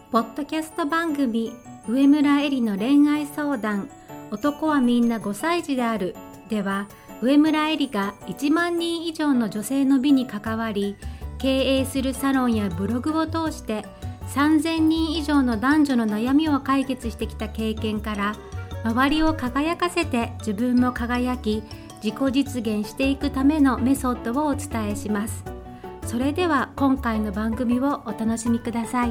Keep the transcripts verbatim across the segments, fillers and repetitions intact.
ポッドキャスト番組上村えりの恋愛相談、男はみんなごさい児であるでは、上村えりがいちまんにん以上の女性の美に関わり、経営するサロンやブログを通してさんぜんにん以上の男女の悩みを解決してきた経験から、周りを輝かせて自分も輝き、自己実現していくためのメソッドをお伝えします。それでは今回の番組をお楽しみください。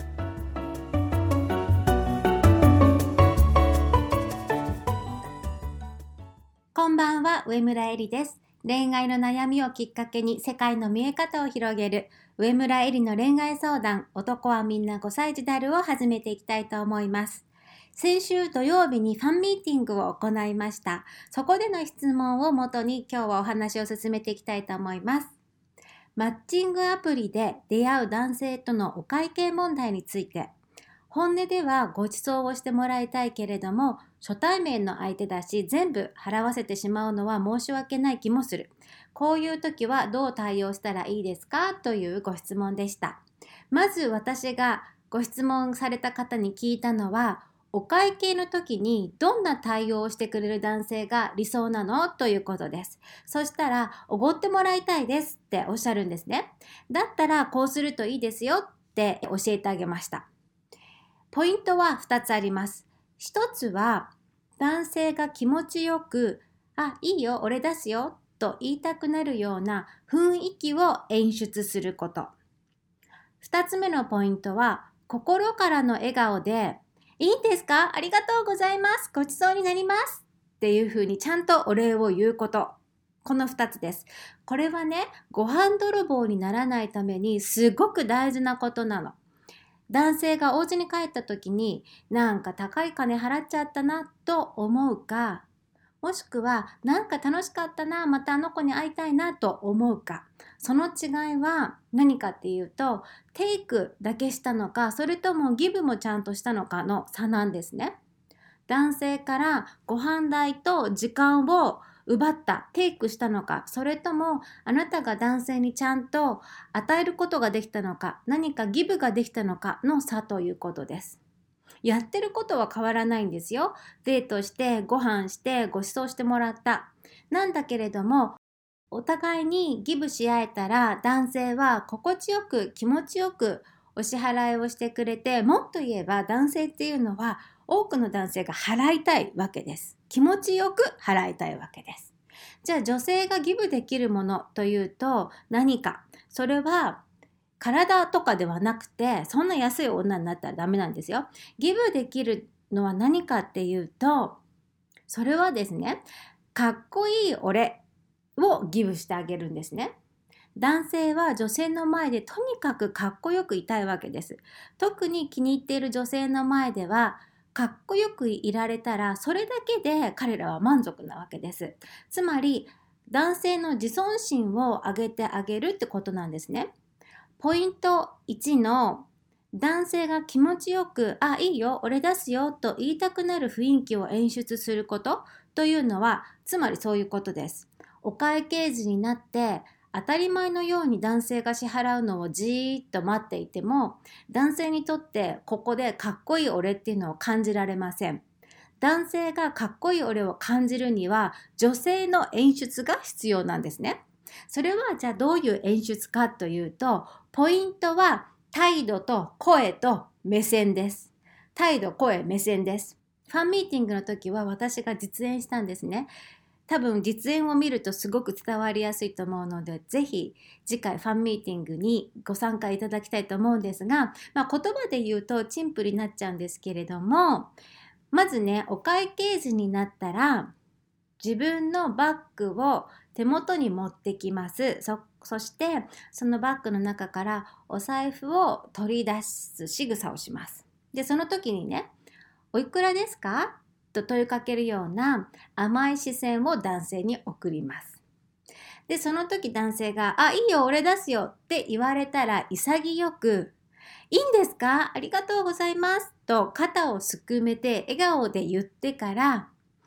こんばんは、上村えりです。恋愛の悩みをきっかけに世界の見え方を広げる上村えりの恋愛相談、男はみんなごさい児であるを始めていきたいと思います。先週土曜日にファンミーティングを行いました。そこでの質問をもとに今日はお話を進めていきたいと思います。マッチングアプリで出会う男性とのお会計問題について、本音ではご馳走をしてもらいたいけれども、初対面の相手だし全部払わせてしまうのは申し訳ない気もする。こういう時はどう対応したらいいですかというご質問でした。まず私がご質問された方に聞いたのは、お会計の時にどんな対応をしてくれる男性が理想なのということです。そしたら、おごってもらいたいですっておっしゃるんですね。だったらこうするといいですよって教えてあげました。ポイントはふたつあります。ひとつは、男性が気持ちよく、あ、いいよ、俺出すよと言いたくなるような雰囲気を演出すること。ふたつめのポイントは、心からの笑顔で、いいんですか？ありがとうございます。ごちそうになります。っていうふうにちゃんとお礼を言うこと。このふたつです。これはね、ご飯泥棒にならないためにすごく大事なことなの。男性がお家に帰った時に、なんか高い金払っちゃったなと思うか、もしくはなんか楽しかったな、またあの子に会いたいなと思うか。その違いは何かっていうと、テイクだけしたのか、それともギブもちゃんとしたのかの差なんですね。男性からご飯代と時間を奪った、テイクしたのか、それともあなたが男性にちゃんと与えることができたのか、何かギブができたのかの差ということです。やってることは変わらないんですよ。デートしてご飯してご馳走してもらった。なんだけれども、お互いにギブし合えたら男性は心地よく気持ちよくお支払いをしてくれて、もっと言えば男性っていうのは多くの男性が払いたいわけです。気持ちよく払いたいわけです。じゃあ女性がギブできるものというと何か。それは体とかではなくて、そんな安い女になったらダメなんですよ。ギブできるのは何かっていうと、それはですね、かっこいい俺をギブしてあげるんですね。男性は女性の前でとにかくかっこよくいたいわけです。特に気に入っている女性の前では、かっこよくいられたら、それだけで彼らは満足なわけです。つまり、男性の自尊心を上げてあげるってことなんですね。ポイントいちの男性が気持ちよく、あ、いいよ、俺出すよと言いたくなる雰囲気を演出することというのは、つまりそういうことです。お会計時になって当たり前のように男性が支払うのをじーっと待っていても、男性にとってここでかっこいい俺っていうのを感じられません。男性がかっこいい俺を感じるには、女性の演出が必要なんですね。それはじゃあどういう演出かというと、ポイントは態度と声と目線です。態度、声、目線です。ファンミーティングの時は私が実演したんですね。多分実演を見るとすごく伝わりやすいと思うので、ぜひ次回ファンミーティングにご参加いただきたいと思うんですが、まあ、言葉で言うとチンプルになっちゃうんですけれども、まずね、お会計時になったら自分のバッグを手元に持ってきます。そ、そしてそのバッグの中からお財布を取り出す仕草をします。で、その時にね、おいくらですか？と問いかけるような甘い視線を男性に送ります。で、その時男性が、あ、いいよ、俺出すよって言われたら潔く、いいんですか？ありがとうございますと肩をすくめて笑顔で言ってから、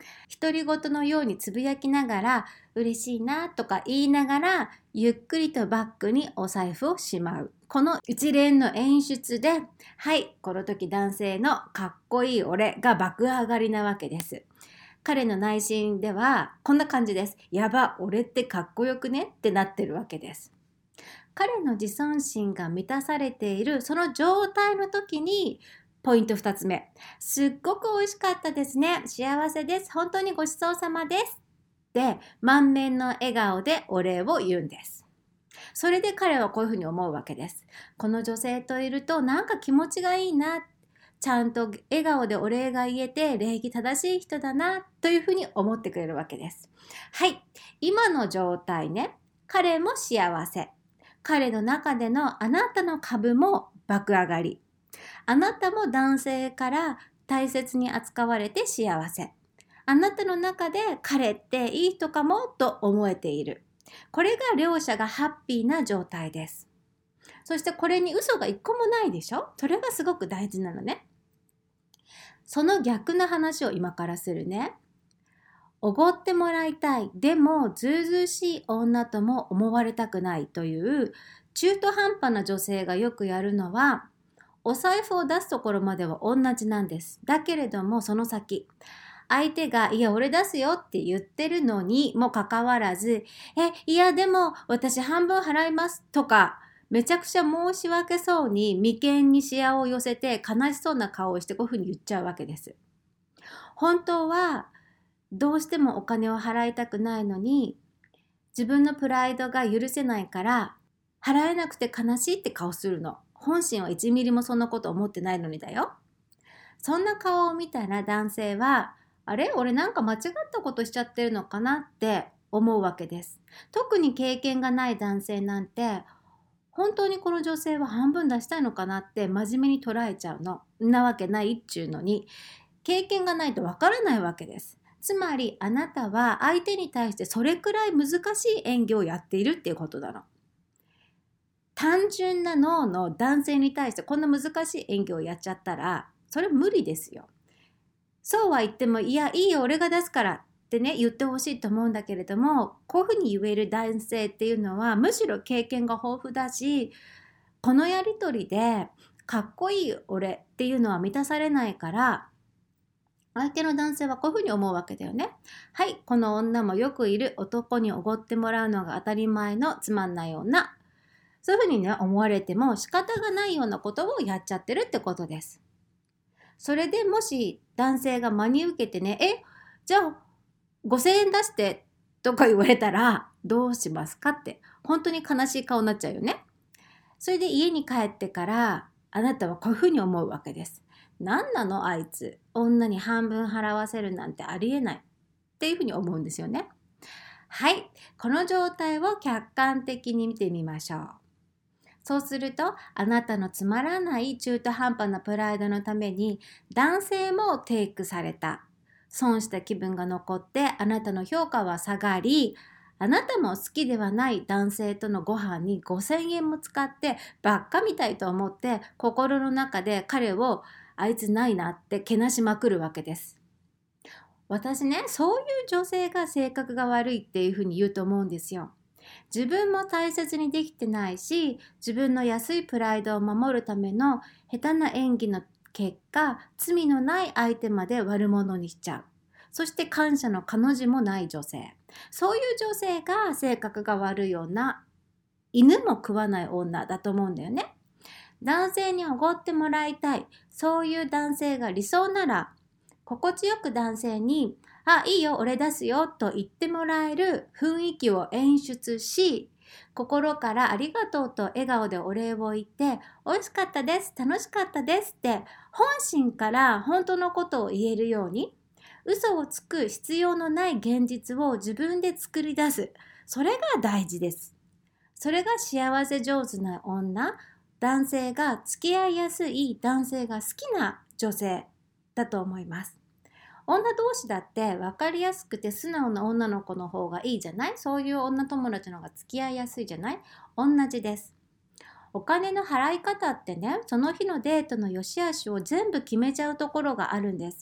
独り言のようにつぶやきながら嬉しいなとか言いながらゆっくりとバッグにお財布をしまう。この一連の演出で、はい、この時男性のかっこいい俺が爆上がりなわけです。彼の内心ではこんな感じです。やば、俺ってかっこよくねってなってるわけです。彼の自尊心が満たされているその状態の時に、ポイントふたつめ。すっごく美味しかったですね。幸せです。本当にごちそうさまです。で、満面の笑顔でお礼を言うんです。それで彼はこういうふうに思うわけです。この女性といるとなんか気持ちがいいな。ちゃんと笑顔でお礼が言えて礼儀正しい人だなというふうに思ってくれるわけです。はい。今の状態ね。彼も幸せ。彼の中でのあなたの株も爆上がり。あなたも男性から大切に扱われて幸せ。あなたの中で彼っていい人かもと思えている。これが両者がハッピーな状態です。そしてこれに嘘が一個もないでしょ？それがすごく大事なのね。その逆の話を今からするね。おごってもらいたい。でもずうずうしい女とも思われたくないという中途半端な女性がよくやるのは、お財布を出すところまでは同じなんです。だけれどもその先、相手がいや俺出すよって言ってるのにもかかわらず、えいやでも私半分払いますとか、めちゃくちゃ申し訳そうに眉間にしわを寄せて悲しそうな顔をしてこういうふうに言っちゃうわけです。本当はどうしてもお金を払いたくないのに、自分のプライドが許せないから払えなくて悲しいって顔するの。本心はいちミリもそんなこと思ってないのにだよ。そんな顔を見たら男性は、あれ俺なんか間違ったことしちゃってるのかなって思うわけです。特に経験がない男性なんて、本当にこの女性は半分出したいのかなって真面目に捉えちゃうの。なわけないっちゅうのに、経験がないとわからないわけです。つまりあなたは相手に対してそれくらい難しい演技をやっているっていうことなの。単純な脳の男性に対してこんな難しい演技をやっちゃったら、それ無理ですよ。そうは言っても、いやいいよ俺が出すからってね言ってほしいと思うんだけれども、こういうふうに言える男性っていうのはむしろ経験が豊富だし、このやりとりでかっこいい俺っていうのは満たされないから、相手の男性はこういうふうに思うわけだよね。はい、この女もよくいる、男におごってもらうのが当たり前のつまんない女。そういうふうにね思われても仕方がないようなことをやっちゃってるってことです。それでもし男性が真に受けてね、え、じゃあごせんえん出してとか言われたらどうしますかって、本当に悲しい顔になっちゃうよね。それで家に帰ってからあなたはこういうふうに思うわけです。なんなのあいつ、女に半分払わせるなんてありえないっていうふうに思うんですよね。はい、この状態を客観的に見てみましょう。そうすると、あなたのつまらない中途半端なプライドのために男性もテイクされた、損した気分が残ってあなたの評価は下がり、あなたも好きではない男性とのご飯にごせんえんも使ってばっかみたいと思って心の中で彼をあいつないなってけなしまくるわけです。私ね、そういう女性が性格が悪いっていうふうに言うと思うんですよ。自分も大切にできてないし、自分の安いプライドを守るための下手な演技の結果、罪のない相手まで悪者にしちゃう。そして感謝の彼女もない女性。そういう女性が性格が悪いような、犬も食わない女だと思うんだよね。男性におごってもらいたい。そういう男性が理想なら、心地よく男性に、あ、いいよ、俺出すよと言ってもらえる雰囲気を演出し、心からありがとうと笑顔でお礼を言って、美味しかったです、楽しかったですって本心から本当のことを言えるように、嘘をつく必要のない現実を自分で作り出す。それが大事です。それが幸せ上手な女、男性が付き合いやすい男性が好きな女性だと思います。女同士だって分かりやすくて素直な女の子の方がいいじゃない？そういう女友達の方が付き合いやすいじゃない？同じです。お金の払い方ってね、その日のデートの良し悪しを全部決めちゃうところがあるんです。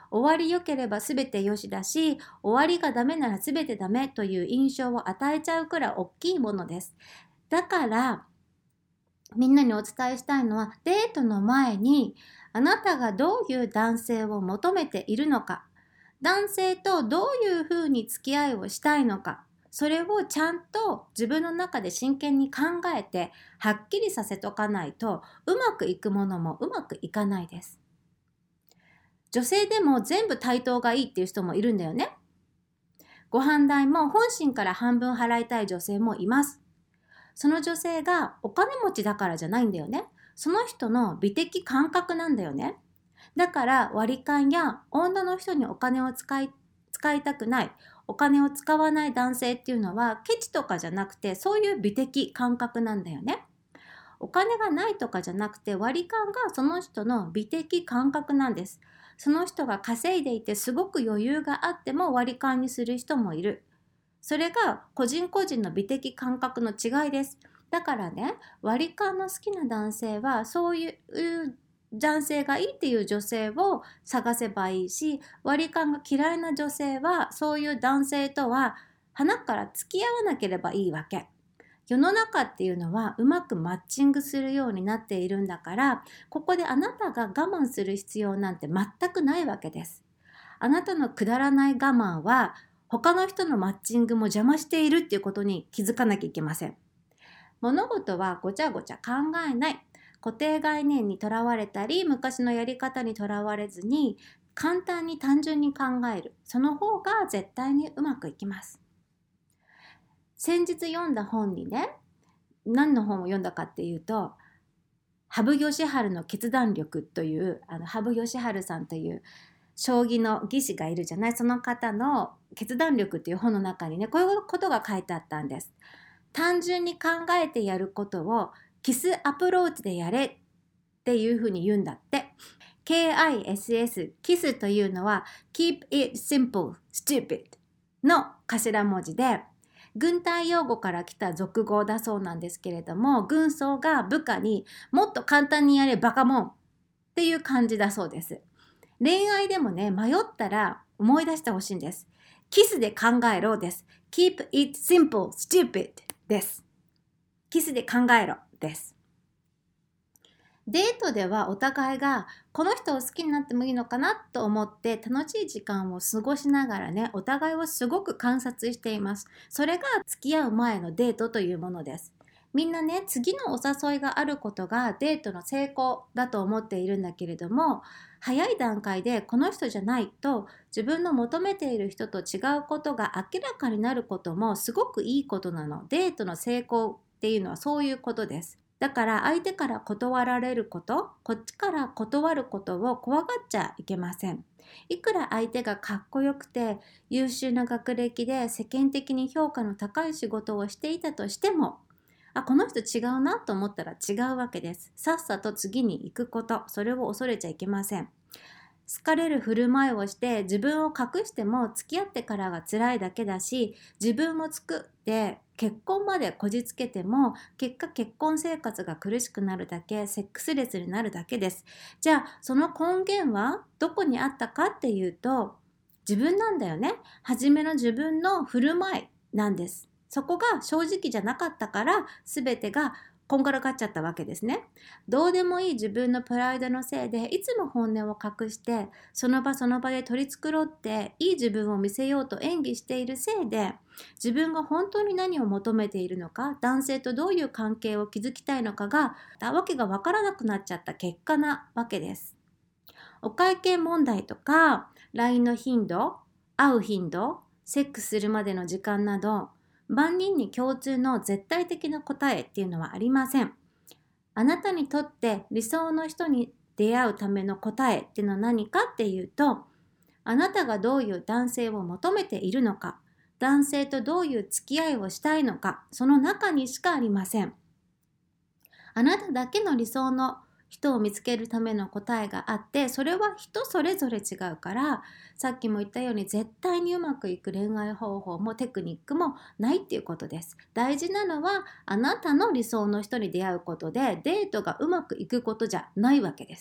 終わり良ければ全て良しだし、終わりがダメなら全てダメという印象を与えちゃうくらい大きいものです。だからみんなにお伝えしたいのは、デートの前にあなたがどういう男性を求めているのか、男性とどういうふうに付き合いをしたいのか、それをちゃんと自分の中で真剣に考えてはっきりさせとかないと、うまくいくものもうまくいかないです。女性でも全部対等がいいっていう人もいるんだよね。ご飯代も本心から半分払いたい女性もいます。その女性がお金持ちだからじゃないんだよね。その人の美的感覚なんだよね。だから割り勘や女の人にお金を使い、使いたくない、お金を使わない男性っていうのはケチとかじゃなくて、そういう美的感覚なんだよね。お金がないとかじゃなくて、割り勘がその人の美的感覚なんです。その人が稼いでいてすごく余裕があっても割り勘にする人もいる。それが個人個人の美的感覚の違いです。だからね、割り勘の好きな男性はそういう男性がいいっていう女性を探せばいいし、割り勘が嫌いな女性はそういう男性とは花から付き合わなければいいわけ。世の中っていうのはうまくマッチングするようになっているんだから、ここであなたが我慢する必要なんて全くないわけです。あなたのくだらない我慢は他の人のマッチングも邪魔しているっていうことに気づかなきゃいけません。物事はごちゃごちゃ考えない。固定概念にとらわれたり、昔のやり方にとらわれずに、簡単に単純に考える。その方が絶対にうまくいきます。先日読んだ本にね、何の本を読んだかっていうと、羽生善治の決断力という、あの羽生善治さんという将棋の技師がいるじゃない。その方の決断力っていう本の中にね、こういうことが書いてあったんです。単純に考えてやることをキスアプローチでやれっていうふうに言うんだって。ケーアイエスエス、キスというのは Keep it simple, stupid の頭文字で、軍隊用語から来た俗語だそうなんですけれども、軍曹が部下にもっと簡単にやれバカモンっていう感じだそうです。恋愛でもね、迷ったら思い出してほしいんです。キスで考えろです。Keep it simple, stupid です。キスで考えろです。デートではお互いがこの人を好きになってもいいのかなと思って楽しい時間を過ごしながらね、お互いをすごく観察しています。それが付き合う前のデートというものです。みんなね、次のお誘いがあることがデートの成功だと思っているんだけれども、早い段階でこの人じゃないと自分の求めている人と違うことが明らかになることもすごくいいことなの。デートの成功っていうのはそういうことです。だから相手から断られること、こっちから断ることを怖がっちゃいけません。いくら相手がかっこよくて優秀な学歴で世間的に評価の高い仕事をしていたとしても、あ、この人違うなと思ったら違うわけです。さっさと次に行くこと、それを恐れちゃいけません。好かれる振る舞いをして自分を隠しても付き合ってからが辛いだけだし、自分を作って結婚までこじつけても結果結婚生活が苦しくなるだけ、セックスレスになるだけです。じゃあその根源はどこにあったかっていうと、自分なんだよね。初めの自分の振る舞いなんです。そこが正直じゃなかったから全てがこんがらがっちゃったわけですね。どうでもいい自分のプライドのせいでいつも本音を隠してその場その場で取り繕っていい自分を見せようと演技しているせいで、自分が本当に何を求めているのか、男性とどういう関係を築きたいのかがわけがわからなくなっちゃった結果なわけです。お会計問題とか ライン の頻度、会う頻度、セックスするまでの時間など万人に共通の絶対的な答えっていうのはありません。あなたにとって理想の人に出会うための答えっていうのは何かっていうと、あなたがどういう男性を求めているのか、男性とどういう付き合いをしたいのか、その中にしかありません。あなただけの理想の人を見つけるための答えがあって、それは人それぞれ違うから、さっきも言ったように絶対にうまくいく恋愛方法もテクニックもないっていうことです。大事なのはあなたの理想の人に出会うことでデートがうまくいくことじゃないわけです。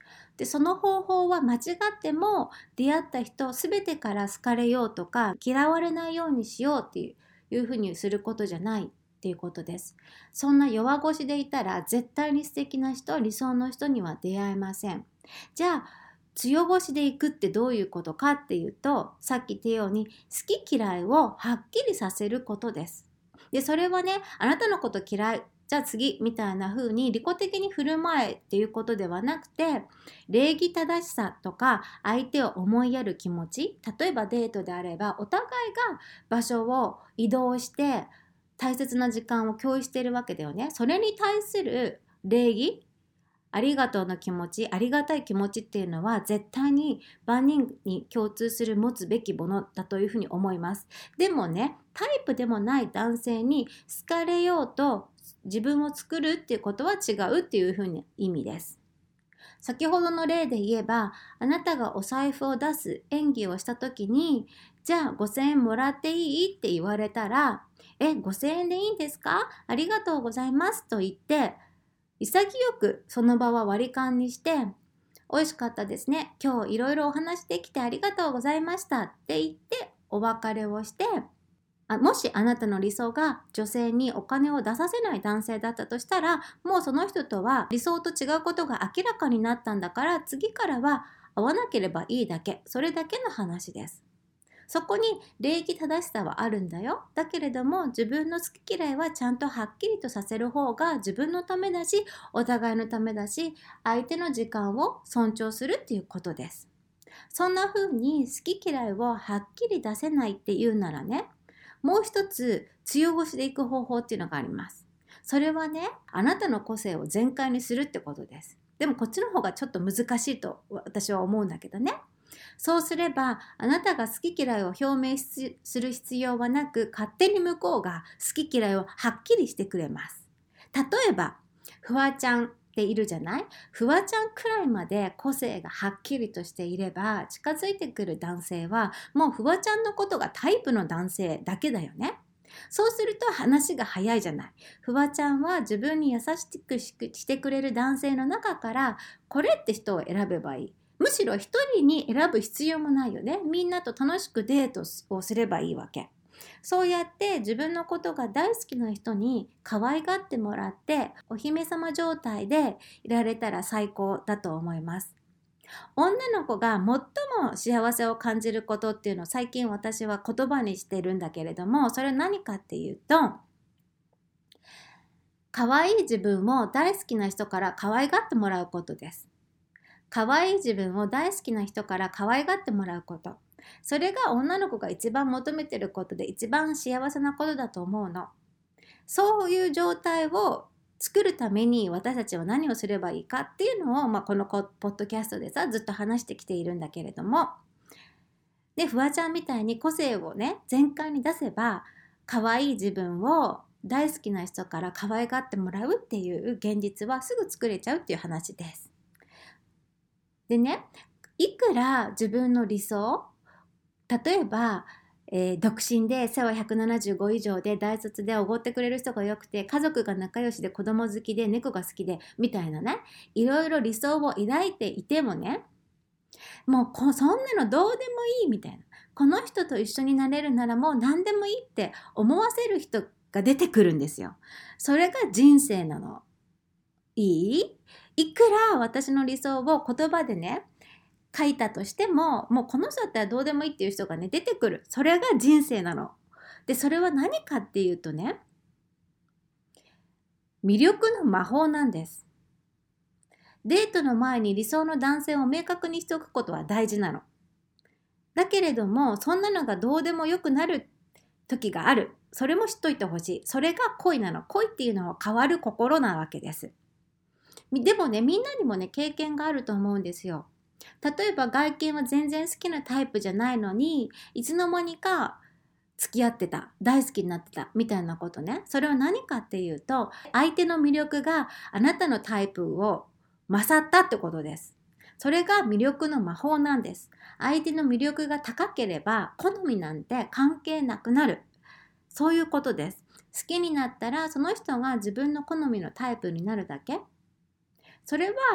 で、その方法は間違っても出会った人全てから好かれようとか嫌われないようにしようっていう、いうふうにすることじゃないっていうことです。そんな弱腰でいたら絶対に素敵な人、理想の人には出会えません。じゃあ強腰でいくってどういうことかっていうと、さっき言ったように好き嫌いをはっきりさせることです。で、それはね、あなたのこと嫌い、じゃあ次みたいな風に利己的に振る舞えっていうことではなくて、礼儀正しさとか相手を思いやる気持ち、例えばデートであればお互いが場所を移動して大切な時間を共有しているわけだよね。それに対する礼儀、ありがとうの気持ち、ありがたい気持ちっていうのは絶対に万人に共通する持つべきものだというふうに思います。でもね、タイプでもない男性に好かれようと自分を作るっていうことは違うっていうふうな意味です。先ほどの例で言えば、あなたがお財布を出す演技をした時に、じゃあごせんえんもらっていいって言われたら、え、ごせんえんでいいんですか？ありがとうございますと言って、潔くその場は割り勘にして、美味しかったですね。今日いろいろお話できてありがとうございましたって言ってお別れをして、あもしあなたの理想が女性にお金を出させない男性だったとしたら、もうその人とは理想と違うことが明らかになったんだから、次からは会わなければいいだけ、それだけの話です。そこに礼儀正しさはあるんだよ。だけれども自分の好き嫌いはちゃんとはっきりとさせる方が自分のためだし、お互いのためだし、相手の時間を尊重するっていうことです。そんな風に好き嫌いをはっきり出せないっていうならね、もう一つ強腰でいく方法っていうのがあります。それはね、あなたの個性を全開にするってことです。でもこっちの方がちょっと難しいと私は思うんだけどね。そうすればあなたが好き嫌いを表明する必要はなく、勝手に向こうが好き嫌いをはっきりしてくれます。例えばフワちゃんっているじゃない？フワちゃんくらいまで個性がはっきりとしていれば、近づいてくる男性はもうフワちゃんのことがタイプの男性だけだよね。そうすると話が早いじゃない。フワちゃんは自分に優しくしてくれる男性の中からこれって人を選べばいい。むしろ一人に選ぶ必要もないよね。みんなと楽しくデートをすればいいわけ。そうやって自分のことが大好きな人に可愛がってもらって、お姫様状態でいられたら最高だと思います。女の子が最も幸せを感じることっていうのを最近私は言葉にしてるんだけれども、それは何かっていうと、可愛い自分を大好きな人から可愛がってもらうことです。可愛い自分を大好きな人から可愛がってもらうこと。それが女の子が一番求めてることで一番幸せなことだと思うの。そういう状態を作るために私たちは何をすればいいかっていうのを、まあ、このポッドキャストでさずっと話してきているんだけれども、でフワちゃんみたいに個性をね全開に出せば、可愛い自分を大好きな人から可愛がってもらうっていう現実はすぐ作れちゃうっていう話です。でね、いくら自分の理想、例えばえー、独身で背はひゃくななじゅうご以上で大卒でおごってくれる人がよくて、家族が仲良しで子供好きで猫が好きでみたいなね、いろいろ理想を抱いていてもね、もうこそんなのどうでもいいみたいな、この人と一緒になれるならもう何でもいいって思わせる人が出てくるんですよ。それが人生なの。いい？いくら私の理想を言葉でね書いたとしても、もうこの人だったらどうでもいいっていう人がね出てくる。それが人生なの。でそれは何かっていうとね、魅力の魔法なんです。デートの前に理想の男性を明確にしておくことは大事なの。だけれどもそんなのがどうでもよくなる時がある。それも知っといてほしい。それが恋なの。恋っていうのは変わる心なわけです。でもね、みんなにもね経験があると思うんですよ。例えば外見は全然好きなタイプじゃないのに、いつの間にか付き合ってた、大好きになってたみたいなことね。それは何かっていうと、相手の魅力があなたのタイプを勝ったってことです。それが魅力の魔法なんです。相手の魅力が高ければ好みなんて関係なくなる。そういうことです。好きになったらその人が自分の好みのタイプになるだけ。それは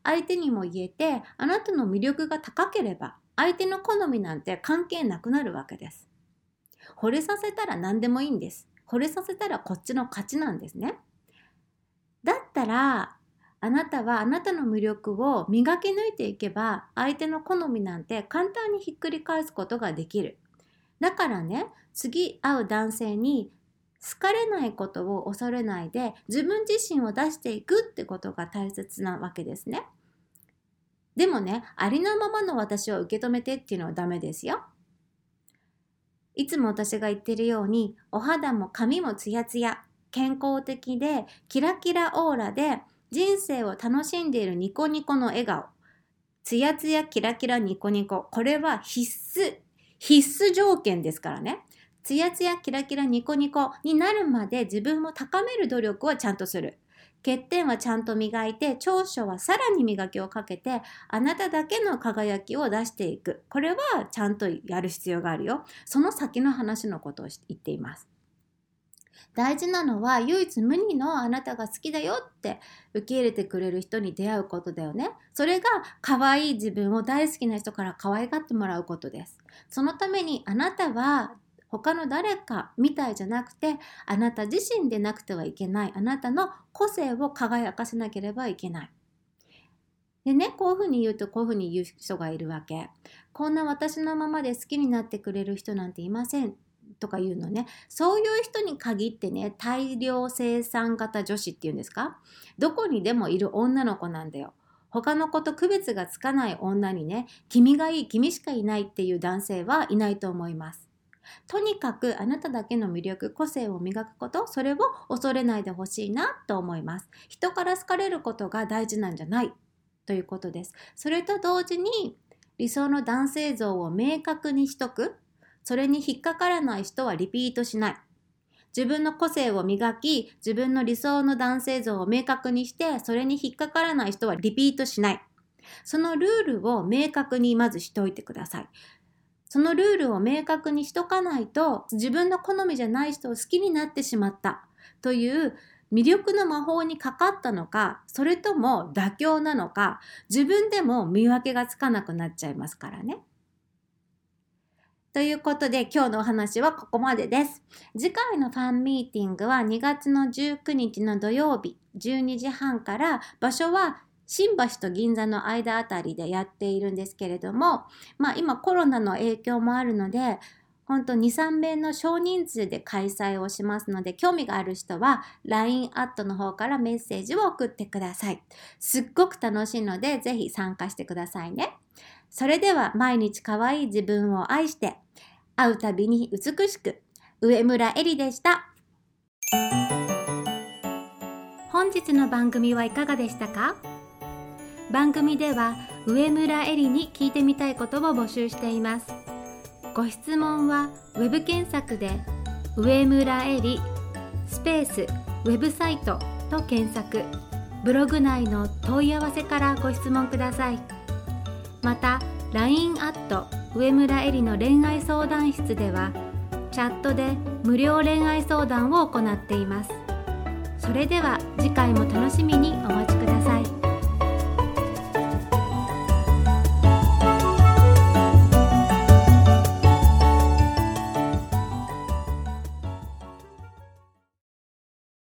相手にも言えて、あなたの魅力が高ければ相手の好みなんて関係なくなるわけです。惚れさせたら何でもいいんです。惚れさせたらこっちの勝ちなんですね。だったらあなたはあなたの魅力を磨き抜いていけば、相手の好みなんて簡単にひっくり返すことができる。だからね、次会う男性に好かれないことを恐れないで、自分自身を出していくってことが大切なわけですね。でもね、ありのままの私を受け止めてっていうのはダメですよ。いつも私が言ってるように、お肌も髪もツヤツヤ、健康的でキラキラオーラで人生を楽しんでいるニコニコの笑顔。ツヤツヤキラキラニコニコ。これは必須、必須条件ですからね。ツヤツヤキラキラニコニコになるまで自分を高める努力はちゃんとする。欠点はちゃんと磨いて、長所はさらに磨きをかけて、あなただけの輝きを出していく。これはちゃんとやる必要があるよ。その先の話のことを言っています。大事なのは唯一無二のあなたが好きだよって受け入れてくれる人に出会うことだよね。それが可愛い自分を大好きな人から可愛がってもらうことです。そのためにあなたは他の誰かみたいじゃなくて、あなた自身でなくてはいけない。あなたの個性を輝かせなければいけない。でね、こういうふうに言うとこういうふうに言う人がいるわけ。こんな私のままで好きになってくれる人なんていません。とか言うのね。そういう人に限ってね、大量生産型女子っていうんですか？どこにでもいる女の子なんだよ。他の子と区別がつかない女にね、君がいい、君しかいないっていう男性はいないと思います。とにかくあなただけの魅力、個性を磨くこと、それを恐れないでほしいなと思います。人から好かれることが大事なんじゃないということです。それと同時に理想の男性像を明確にしとく。それに引っかからない人はリピートしない。自分の個性を磨き、自分の理想の男性像を明確にして、それに引っかからない人はリピートしない。そのルールを明確にまずしておいてください。そのルールを明確にしとかないと、自分の好みじゃない人を好きになってしまったという魅力の魔法にかかったのか、それとも妥協なのか、自分でも見分けがつかなくなっちゃいますからね。ということで今日のお話はここまでです。次回のファンミーティングはにがつのじゅうくにちの土曜日じゅうにじはんから、場所は新橋と銀座の間あたりでやっているんですけれども、まあ今コロナの影響もあるので、本当に、さんめいの少人数で開催をしますので、興味がある人は ライン アットの方からメッセージを送ってください。すっごく楽しいので、ぜひ参加してくださいね。それでは毎日可愛い自分を愛して、会うたびに美しく、上村えりでした。本日の番組はいかがでしたか？番組では上村えりに聞いてみたいことを募集しています。ご質問はウェブ検索で上村えりスペースウェブサイトと検索、ブログ内の問い合わせからご質問ください。また ライン アット上村えりの恋愛相談室ではチャットで無料恋愛相談を行っています。それでは次回も楽しみにお待ちください。